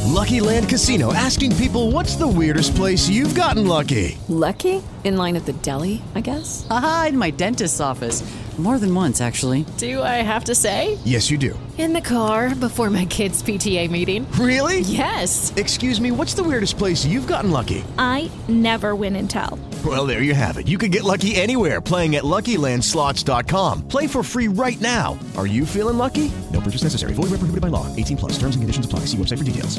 Lucky Land Casino, asking people, what's the weirdest place you've gotten lucky? Lucky? In line at the deli, I guess? Aha, in my dentist's office. More than once, actually. Do I have to say? Yes, you do. In the car before my kids' PTA meeting. Really? Yes. Excuse me, what's the weirdest place you've gotten lucky? I never win and tell. Well, there you have it. You can get lucky anywhere, playing at LuckyLandSlots.com. Play for free right now. Are you feeling lucky? No purchase necessary. Void where prohibited by law. 18 plus. Terms and conditions apply. See website for details.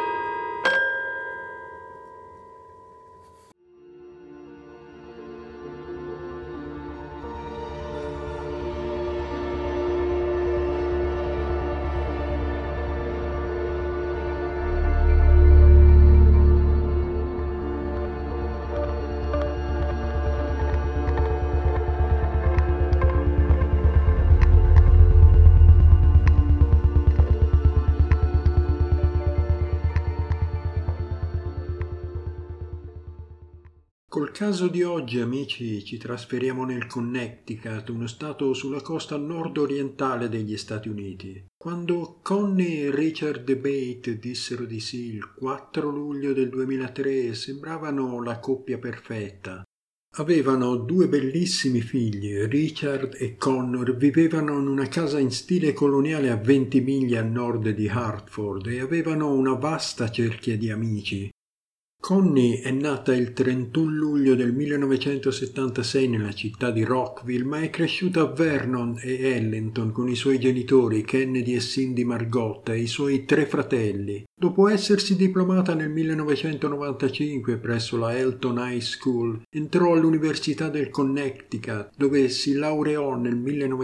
Col caso di oggi, amici, ci trasferiamo nel Connecticut, uno stato sulla costa nord-orientale degli Stati Uniti. Quando Connie e Richard Debate dissero di sì il 4 luglio del 2003, sembravano la coppia perfetta. Avevano due bellissimi figli, Richard e Connor vivevano in una casa in stile coloniale a 20 miglia a nord di Hartford e avevano una vasta cerchia di amici. Connie è nata il 31 luglio del 1976 nella città di Rockville, ma è cresciuta a Vernon e Ellington con i suoi genitori Kennedy e Cindy Margotta e i suoi 3 fratelli. Dopo essersi diplomata nel 1995 presso la Elton High School, entrò all'Università del Connecticut, dove si laureò nel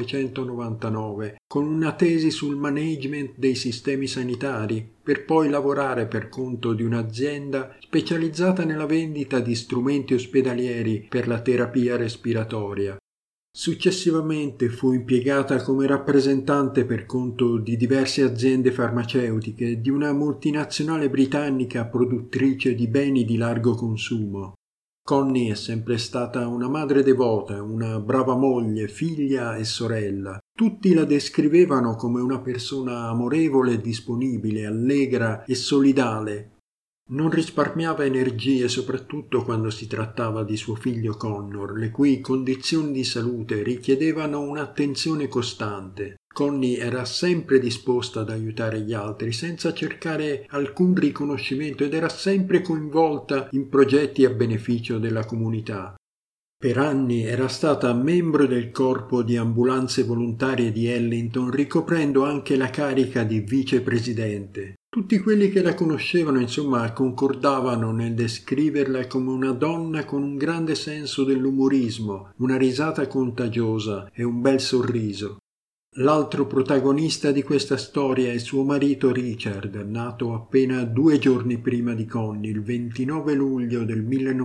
1999 con una tesi sul management dei sistemi sanitari, per poi lavorare per conto di un'azienda specializzata nella vendita di strumenti ospedalieri per la terapia respiratoria. Successivamente fu impiegata come rappresentante per conto di diverse aziende farmaceutiche e di una multinazionale britannica produttrice di beni di largo consumo. Connie è sempre stata una madre devota, una brava moglie, figlia e sorella. Tutti la descrivevano come una persona amorevole, disponibile, allegra e solidale. Non risparmiava energie, soprattutto quando si trattava di suo figlio Connor, le cui condizioni di salute richiedevano un'attenzione costante. Connie era sempre disposta ad aiutare gli altri, senza cercare alcun riconoscimento, ed era sempre coinvolta in progetti a beneficio della comunità. Per anni era stata membro del corpo di ambulanze volontarie di Ellington, ricoprendo anche la carica di vicepresidente. Tutti quelli che la conoscevano, insomma, concordavano nel descriverla come una donna con un grande senso dell'umorismo, una risata contagiosa e un bel sorriso. L'altro protagonista di questa storia è suo marito Richard, nato appena 2 giorni prima di Connie, il 29 luglio del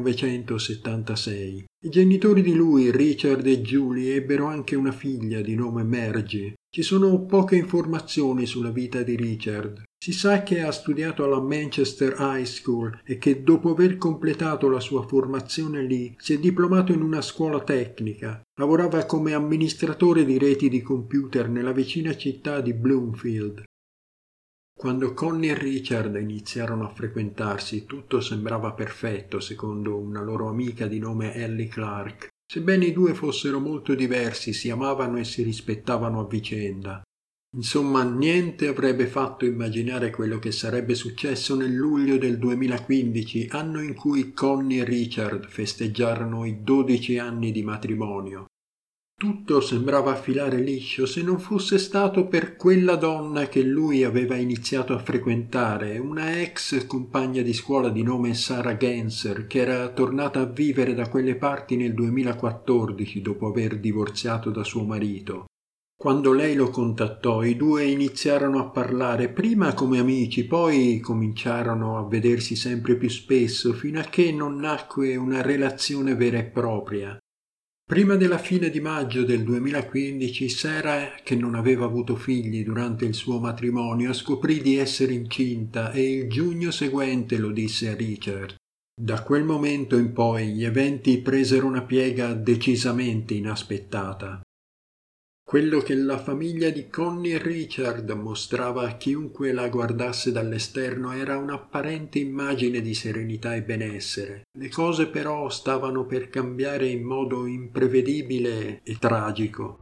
1976. I genitori di lui, Richard e Julie, ebbero anche una figlia di nome Margie. Ci sono poche informazioni sulla vita di Richard. Si sa che ha studiato alla Manchester High School e che dopo aver completato la sua formazione lì si è diplomato in una scuola tecnica. Lavorava come amministratore di reti di computer nella vicina città di Bloomfield. Quando Connie e Richard iniziarono a frequentarsi, tutto sembrava perfetto, secondo una loro amica di nome Ellie Clark. Sebbene i due fossero molto diversi, si amavano e si rispettavano a vicenda. Insomma, niente avrebbe fatto immaginare quello che sarebbe successo nel luglio del 2015, anno in cui Connie e Richard festeggiarono i 12 anni di matrimonio. Tutto sembrava filare liscio se non fosse stato per quella donna che lui aveva iniziato a frequentare, una ex compagna di scuola di nome Sarah Genser, che era tornata a vivere da quelle parti nel 2014 dopo aver divorziato da suo marito. Quando lei lo contattò, i due iniziarono a parlare, prima come amici, poi cominciarono a vedersi sempre più spesso, fino a che non nacque una relazione vera e propria. Prima della fine di maggio del 2015, Sarah, che non aveva avuto figli durante il suo matrimonio, scoprì di essere incinta e il giugno seguente lo disse a Richard. Da quel momento in poi gli eventi presero una piega decisamente inaspettata. Quello che la famiglia di Connie Richard mostrava a chiunque la guardasse dall'esterno era un'apparente immagine di serenità e benessere. Le cose però stavano per cambiare in modo imprevedibile e tragico.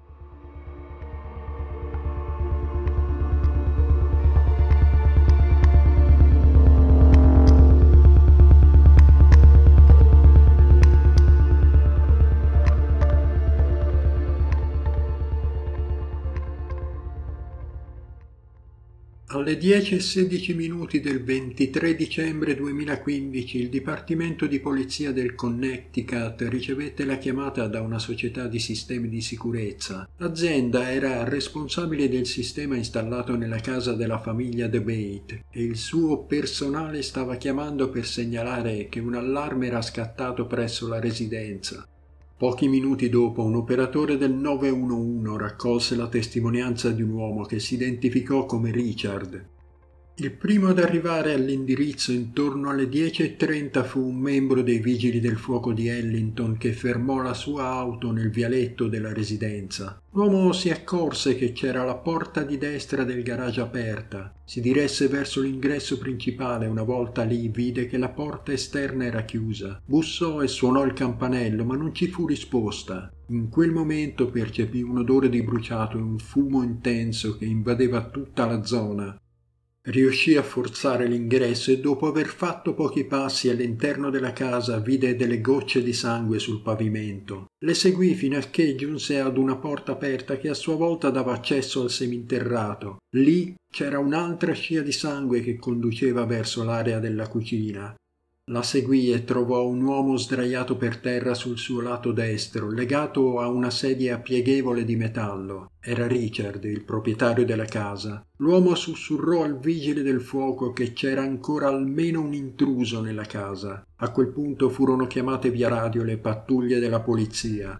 Alle 10:16 del 23 dicembre 2015 il Dipartimento di Polizia del Connecticut ricevette la chiamata da una società di sistemi di sicurezza. L'azienda era responsabile del sistema installato nella casa della famiglia DeBate e il suo personale stava chiamando per segnalare che un allarme era scattato presso la residenza. Pochi minuti dopo un operatore del 911 raccolse la testimonianza di un uomo che si identificò come Richard. Il primo ad arrivare all'indirizzo intorno alle 10:30 fu un membro dei Vigili del Fuoco di Ellington che fermò la sua auto nel vialetto della residenza. L'uomo si accorse che c'era la porta di destra del garage aperta. Si diresse verso l'ingresso principale. Una volta lì vide che la porta esterna era chiusa. Bussò e suonò il campanello, ma non ci fu risposta. In quel momento percepì un odore di bruciato e un fumo intenso che invadeva tutta la zona. Riuscì a forzare l'ingresso e dopo aver fatto pochi passi all'interno della casa vide delle gocce di sangue sul pavimento. Le seguì fino a che giunse ad una porta aperta che a sua volta dava accesso al seminterrato. Lì c'era un'altra scia di sangue che conduceva verso l'area della cucina. La seguì e trovò un uomo sdraiato per terra sul suo lato destro, legato a una sedia pieghevole di metallo. Era Richard, il proprietario della casa. L'uomo sussurrò al vigile del fuoco che c'era ancora almeno un intruso nella casa. A quel punto furono chiamate via radio le pattuglie della polizia.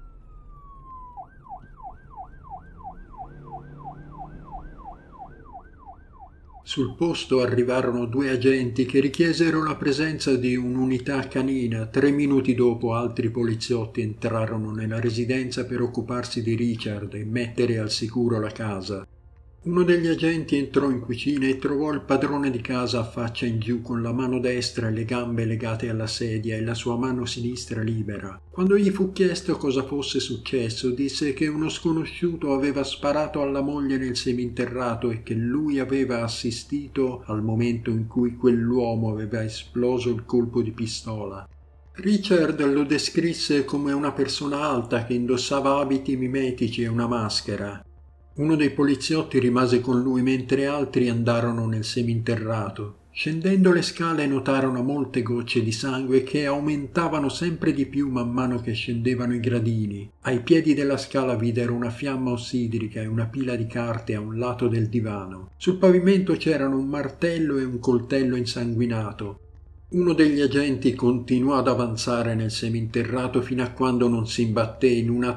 Sul posto arrivarono 2 agenti che richiesero la presenza di un'unità canina. 3 minuti dopo altri poliziotti entrarono nella residenza per occuparsi di Richard e mettere al sicuro la casa. Uno degli agenti entrò in cucina e trovò il padrone di casa a faccia in giù con la mano destra e le gambe legate alla sedia e la sua mano sinistra libera. Quando gli fu chiesto cosa fosse successo, disse che uno sconosciuto aveva sparato alla moglie nel seminterrato e che lui aveva assistito al momento in cui quell'uomo aveva esploso il colpo di pistola. Richard lo descrisse come una persona alta che indossava abiti mimetici e una maschera. Uno dei poliziotti rimase con lui mentre altri andarono nel seminterrato. Scendendo le scale notarono molte gocce di sangue che aumentavano sempre di più man mano che scendevano i gradini. Ai piedi della scala videro una fiamma ossidrica e una pila di carte a un lato del divano. Sul pavimento c'erano un martello e un coltello insanguinato. Uno degli agenti continuò ad avanzare nel seminterrato fino a quando non si imbatté in una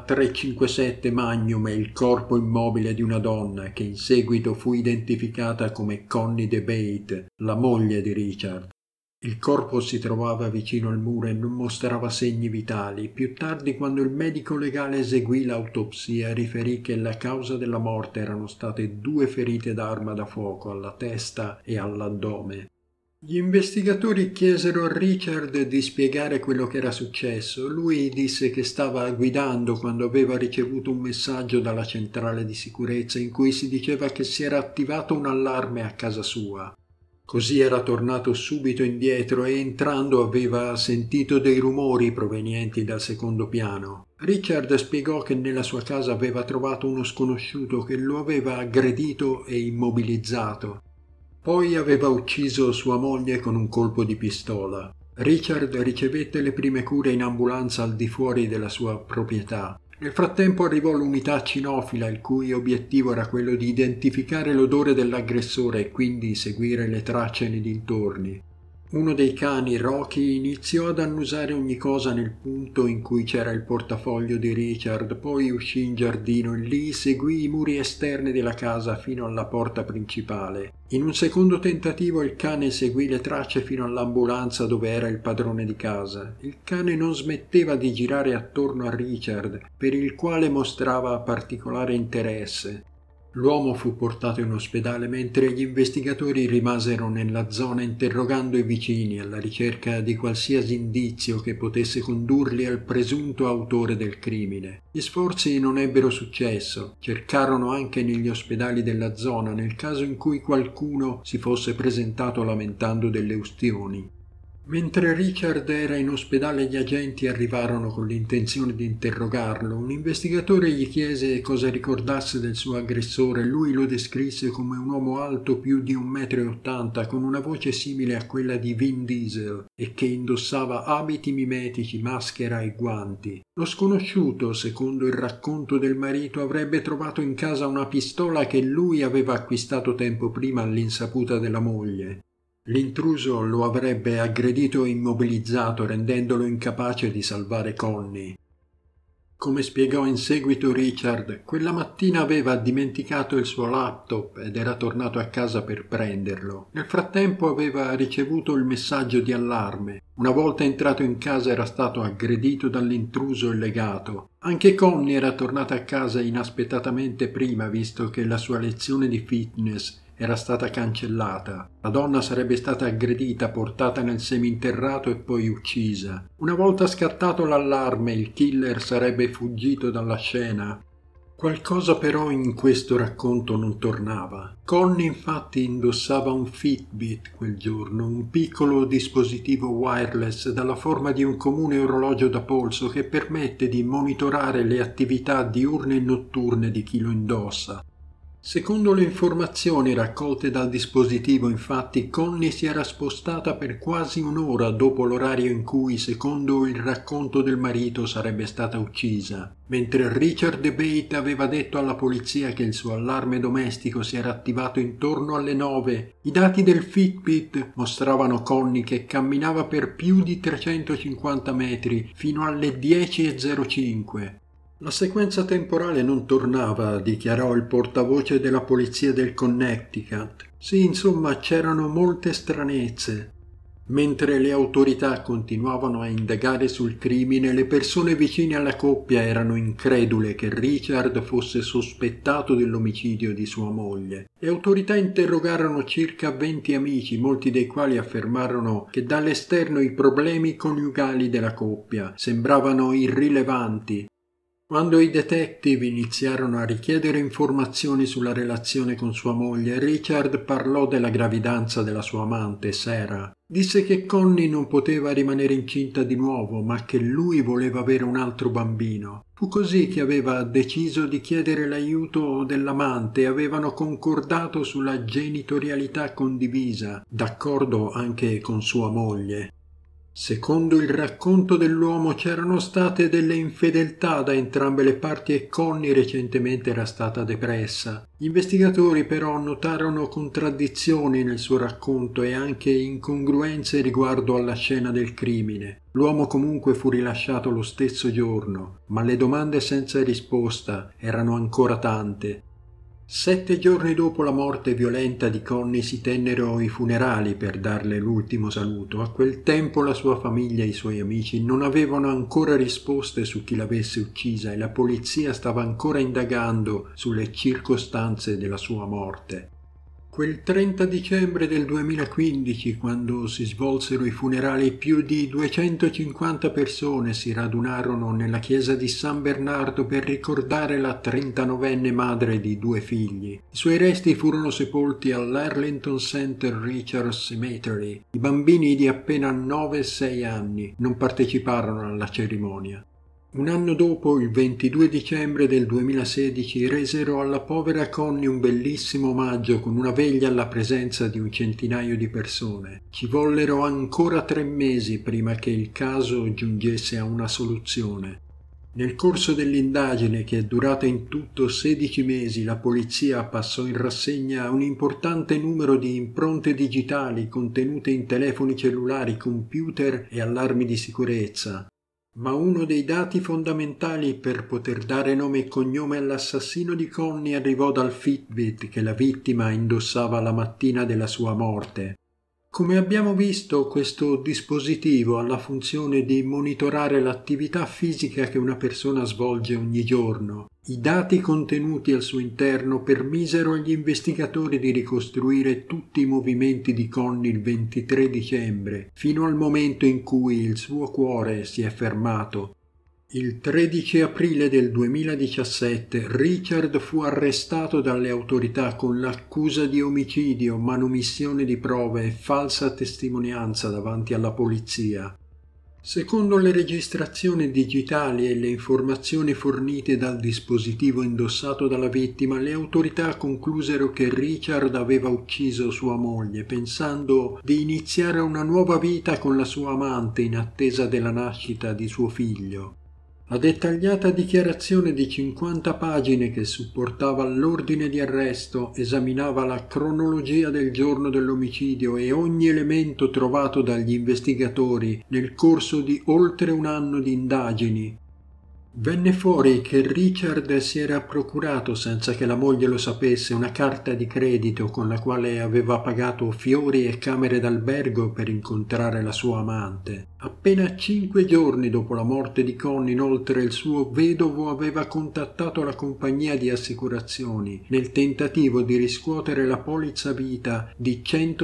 357 Magnum e il corpo immobile di una donna che in seguito fu identificata come Connie DeBate, la moglie di Richard. Il corpo si trovava vicino al muro e non mostrava segni vitali. Più tardi, quando il medico legale eseguì l'autopsia, riferì che la causa della morte erano state 2 ferite d'arma da fuoco alla testa e all'addome. Gli investigatori chiesero a Richard di spiegare quello che era successo. Lui disse che stava guidando quando aveva ricevuto un messaggio dalla centrale di sicurezza in cui si diceva che si era attivato un allarme a casa sua. Così era tornato subito indietro e entrando aveva sentito dei rumori provenienti dal secondo piano. Richard spiegò che nella sua casa aveva trovato uno sconosciuto che lo aveva aggredito e immobilizzato. Poi aveva ucciso sua moglie con un colpo di pistola. Richard ricevette le prime cure in ambulanza al di fuori della sua proprietà. Nel frattempo arrivò l'unità cinofila, il cui obiettivo era quello di identificare l'odore dell'aggressore e quindi seguire le tracce nei dintorni. Uno dei cani, Rocky, iniziò ad annusare ogni cosa nel punto in cui c'era il portafoglio di Richard, poi uscì in giardino e lì seguì i muri esterni della casa fino alla porta principale. In un secondo tentativo il cane seguì le tracce fino all'ambulanza dove era il padrone di casa. Il cane non smetteva di girare attorno a Richard, per il quale mostrava particolare interesse. L'uomo fu portato in ospedale mentre gli investigatori rimasero nella zona interrogando i vicini alla ricerca di qualsiasi indizio che potesse condurli al presunto autore del crimine. Gli sforzi non ebbero successo, cercarono anche negli ospedali della zona nel caso in cui qualcuno si fosse presentato lamentando delle ustioni. Mentre Richard era in ospedale gli agenti arrivarono con l'intenzione di interrogarlo. Un investigatore gli chiese cosa ricordasse del suo aggressore. Lui lo descrisse come un uomo alto più di 1,80 m con una voce simile a quella di Vin Diesel e che indossava abiti mimetici, maschera e guanti. Lo sconosciuto, secondo il racconto del marito, avrebbe trovato in casa una pistola che lui aveva acquistato tempo prima all'insaputa della moglie. L'intruso lo avrebbe aggredito e immobilizzato, rendendolo incapace di salvare Connie. Come spiegò in seguito Richard, quella mattina aveva dimenticato il suo laptop ed era tornato a casa per prenderlo. Nel frattempo aveva ricevuto il messaggio di allarme. Una volta entrato in casa era stato aggredito dall'intruso e legato. Anche Connie era tornata a casa inaspettatamente prima, visto che la sua lezione di fitness era stata cancellata. La donna sarebbe stata aggredita, portata nel seminterrato e poi uccisa. Una volta scattato l'allarme, il killer sarebbe fuggito dalla scena. Qualcosa però in questo racconto non tornava. Connie infatti indossava un Fitbit quel giorno, un piccolo dispositivo wireless dalla forma di un comune orologio da polso che permette di monitorare le attività diurne e notturne di chi lo indossa. Secondo le informazioni raccolte dal dispositivo, infatti, Connie si era spostata per quasi un'ora dopo l'orario in cui, secondo il racconto del marito, sarebbe stata uccisa. Mentre Richard DeBate aveva detto alla polizia che il suo allarme domestico si era attivato intorno alle 9, i dati del Fitbit mostravano Connie che camminava per più di 350 metri fino alle 10:05. La sequenza temporale non tornava, dichiarò il portavoce della polizia del Connecticut. Sì, insomma, c'erano molte stranezze. Mentre le autorità continuavano a indagare sul crimine, le persone vicine alla coppia erano incredule che Richard fosse sospettato dell'omicidio di sua moglie. Le autorità interrogarono circa 20 amici, molti dei quali affermarono che dall'esterno i problemi coniugali della coppia sembravano irrilevanti. Quando i detective iniziarono a richiedere informazioni sulla relazione con sua moglie, Richard parlò della gravidanza della sua amante, Sarah. Disse che Connie non poteva rimanere incinta di nuovo, ma che lui voleva avere un altro bambino. Fu così che aveva deciso di chiedere l'aiuto dell'amante e avevano concordato sulla genitorialità condivisa, d'accordo anche con sua moglie. Secondo il racconto dell'uomo c'erano state delle infedeltà da entrambe le parti e Connie recentemente era stata depressa. Gli investigatori però notarono contraddizioni nel suo racconto e anche incongruenze riguardo alla scena del crimine. L'uomo comunque fu rilasciato lo stesso giorno, ma le domande senza risposta erano ancora tante. 7 giorni dopo la morte violenta di Connie si tennero i funerali per darle l'ultimo saluto. A quel tempo la sua famiglia e i suoi amici non avevano ancora risposte su chi l'avesse uccisa e la polizia stava ancora indagando sulle circostanze della sua morte. Quel 30 dicembre del 2015, quando si svolsero i funerali, più di 250 persone si radunarono nella chiesa di San Bernardo per ricordare la 39enne madre di 2 figli. I suoi resti furono sepolti all'Arlington Center Richards Cemetery. I bambini di appena 9 e 6 anni non parteciparono alla cerimonia. Un anno dopo, il 22 dicembre del 2016, resero alla povera Connie un bellissimo omaggio con una veglia alla presenza di un centinaio di persone. Ci vollero ancora 3 mesi prima che il caso giungesse a una soluzione. Nel corso dell'indagine, che è durata in tutto 16 mesi, la polizia passò in rassegna un importante numero di impronte digitali contenute in telefoni cellulari, computer e allarmi di sicurezza. Ma uno dei dati fondamentali per poter dare nome e cognome all'assassino di Connie arrivò dal Fitbit che la vittima indossava la mattina della sua morte. Come abbiamo visto, questo dispositivo ha la funzione di monitorare l'attività fisica che una persona svolge ogni giorno. I dati contenuti al suo interno permisero agli investigatori di ricostruire tutti i movimenti di Connie il 23 dicembre, fino al momento in cui il suo cuore si è fermato. Il 13 aprile del 2017 Richard fu arrestato dalle autorità con l'accusa di omicidio, manomissione di prove e falsa testimonianza davanti alla polizia. Secondo le registrazioni digitali e le informazioni fornite dal dispositivo indossato dalla vittima, le autorità conclusero che Richard aveva ucciso sua moglie, pensando di iniziare una nuova vita con la sua amante in attesa della nascita di suo figlio. La dettagliata dichiarazione di 50 pagine che supportava l'ordine di arresto esaminava la cronologia del giorno dell'omicidio e ogni elemento trovato dagli investigatori nel corso di oltre un anno di indagini. Venne fuori che Richard si era procurato, senza che la moglie lo sapesse, una carta di credito con la quale aveva pagato fiori e camere d'albergo per incontrare la sua amante. Appena 5 giorni dopo la morte di Connie, inoltre, il suo vedovo aveva contattato la compagnia di assicurazioni nel tentativo di riscuotere la polizza vita di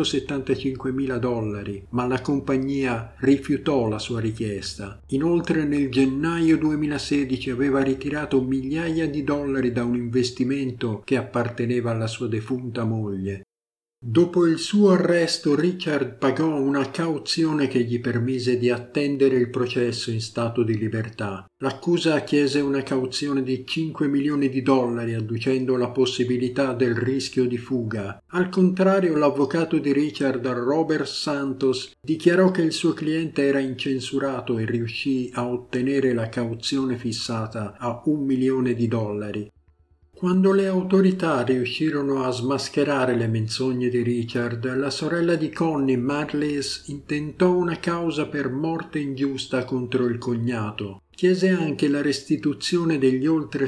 $175.000, ma la compagnia rifiutò la sua richiesta. Inoltre, nel gennaio 2016 aveva ritirato migliaia di dollari da un investimento che apparteneva alla sua defunta moglie. Dopo il suo arresto, Richard pagò una cauzione che gli permise di attendere il processo in stato di libertà. L'accusa chiese una cauzione di $5 milioni, adducendo la possibilità del rischio di fuga. Al contrario, l'avvocato di Richard, Robert Santos, dichiarò che il suo cliente era incensurato e riuscì a ottenere la cauzione fissata a $1 milione. Quando le autorità riuscirono a smascherare le menzogne di Richard, la sorella di Connie, Marlies, intentò una causa per morte ingiusta contro il cognato. Chiese anche la restituzione degli oltre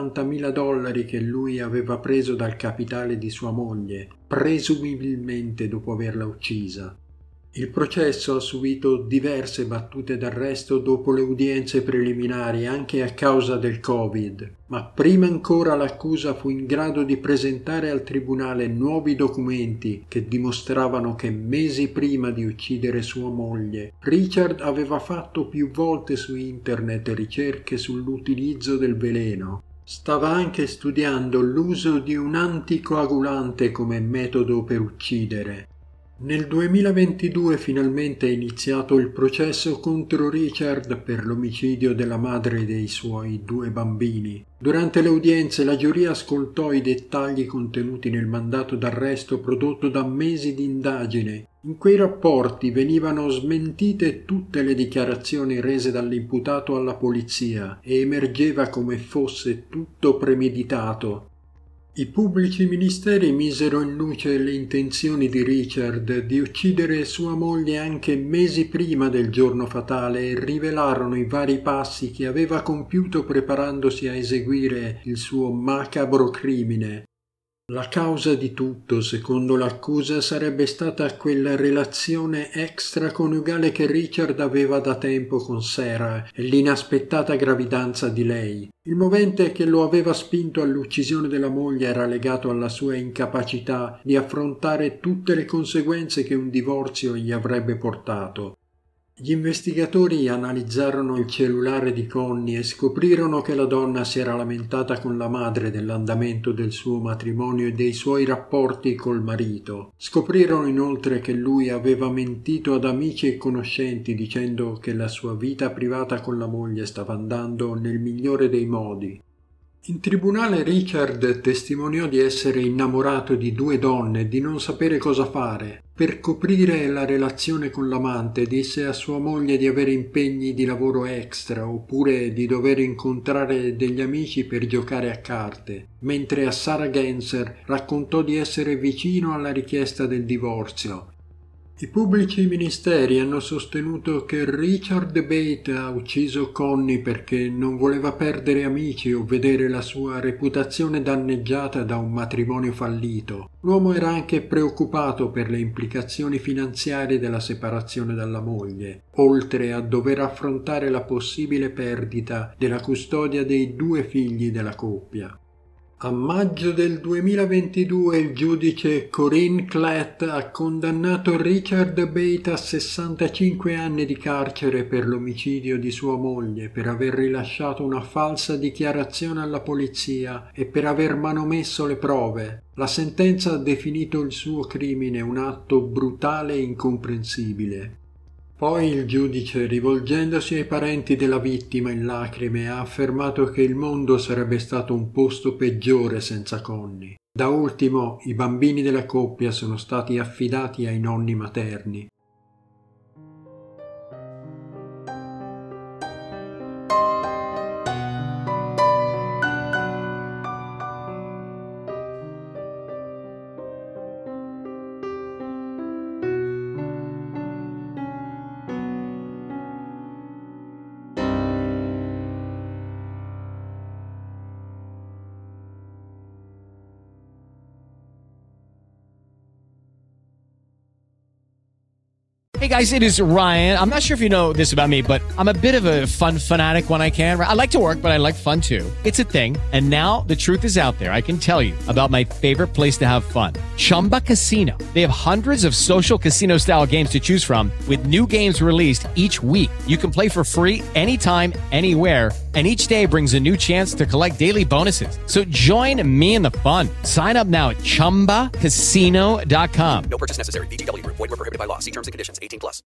$70.000 che lui aveva preso dal capitale di sua moglie, presumibilmente dopo averla uccisa. Il processo ha subito diverse battute d'arresto dopo le udienze preliminari, anche a causa del Covid, ma prima ancora l'accusa fu in grado di presentare al tribunale nuovi documenti che dimostravano che mesi prima di uccidere sua moglie, Richard aveva fatto più volte su internet ricerche sull'utilizzo del veleno. Stava anche studiando l'uso di un anticoagulante come metodo per uccidere. Nel 2022 finalmente è iniziato il processo contro Richard per l'omicidio della madre dei suoi 2 bambini. Durante le udienze la giuria ascoltò i dettagli contenuti nel mandato d'arresto prodotto da mesi di indagine. In quei rapporti venivano smentite tutte le dichiarazioni rese dall'imputato alla polizia e emergeva come fosse tutto premeditato. I pubblici ministeri misero in luce le intenzioni di Richard di uccidere sua moglie anche mesi prima del giorno fatale e rivelarono i vari passi che aveva compiuto preparandosi a eseguire il suo macabro crimine. La causa di tutto, secondo l'accusa, sarebbe stata quella relazione extraconiugale che Richard aveva da tempo con Sarah e l'inaspettata gravidanza di lei. Il movente che lo aveva spinto all'uccisione della moglie era legato alla sua incapacità di affrontare tutte le conseguenze che un divorzio gli avrebbe portato. Gli investigatori analizzarono il cellulare di Connie e scoprirono che la donna si era lamentata con la madre dell'andamento del suo matrimonio e dei suoi rapporti col marito. Scoprirono inoltre che lui aveva mentito ad amici e conoscenti dicendo che la sua vita privata con la moglie stava andando nel migliore dei modi. In tribunale Richard testimoniò di essere innamorato di 2 donne e di non sapere cosa fare. Per coprire la relazione con l'amante disse a sua moglie di avere impegni di lavoro extra oppure di dover incontrare degli amici per giocare a carte, mentre a Sarah Genser raccontò di essere vicino alla richiesta del divorzio. I pubblici ministeri hanno sostenuto che Richard Debate ha ucciso Connie perché non voleva perdere amici o vedere la sua reputazione danneggiata da un matrimonio fallito. L'uomo era anche preoccupato per le implicazioni finanziarie della separazione dalla moglie, oltre a dover affrontare la possibile perdita della custodia dei 2 figli della coppia. A maggio del 2022 il giudice Corinne Klett ha condannato Richard Debate a 65 anni di carcere per l'omicidio di sua moglie, per aver rilasciato una falsa dichiarazione alla polizia e per aver manomesso le prove. La sentenza ha definito il suo crimine un atto brutale e incomprensibile. Poi il giudice, rivolgendosi ai parenti della vittima in lacrime, ha affermato che il mondo sarebbe stato un posto peggiore senza Connie. Da ultimo, i bambini della coppia sono stati affidati ai nonni materni. Hey guys, it is Ryan. I'm not sure if you know this about me, but I'm a bit of a fun fanatic when I can. I like to work, but I like fun too. It's a thing. And now the truth is out there. I can tell you about my favorite place to have fun. Chumba Casino. They have hundreds of social casino style games to choose from with new games released each week. You can play for free anytime, anywhere. And each day brings a new chance to collect daily bonuses. So join me in the fun. Sign up now at ChumbaCasino.com. No purchase necessary. VGW Group. Void where prohibited by law. See terms and conditions. 18+.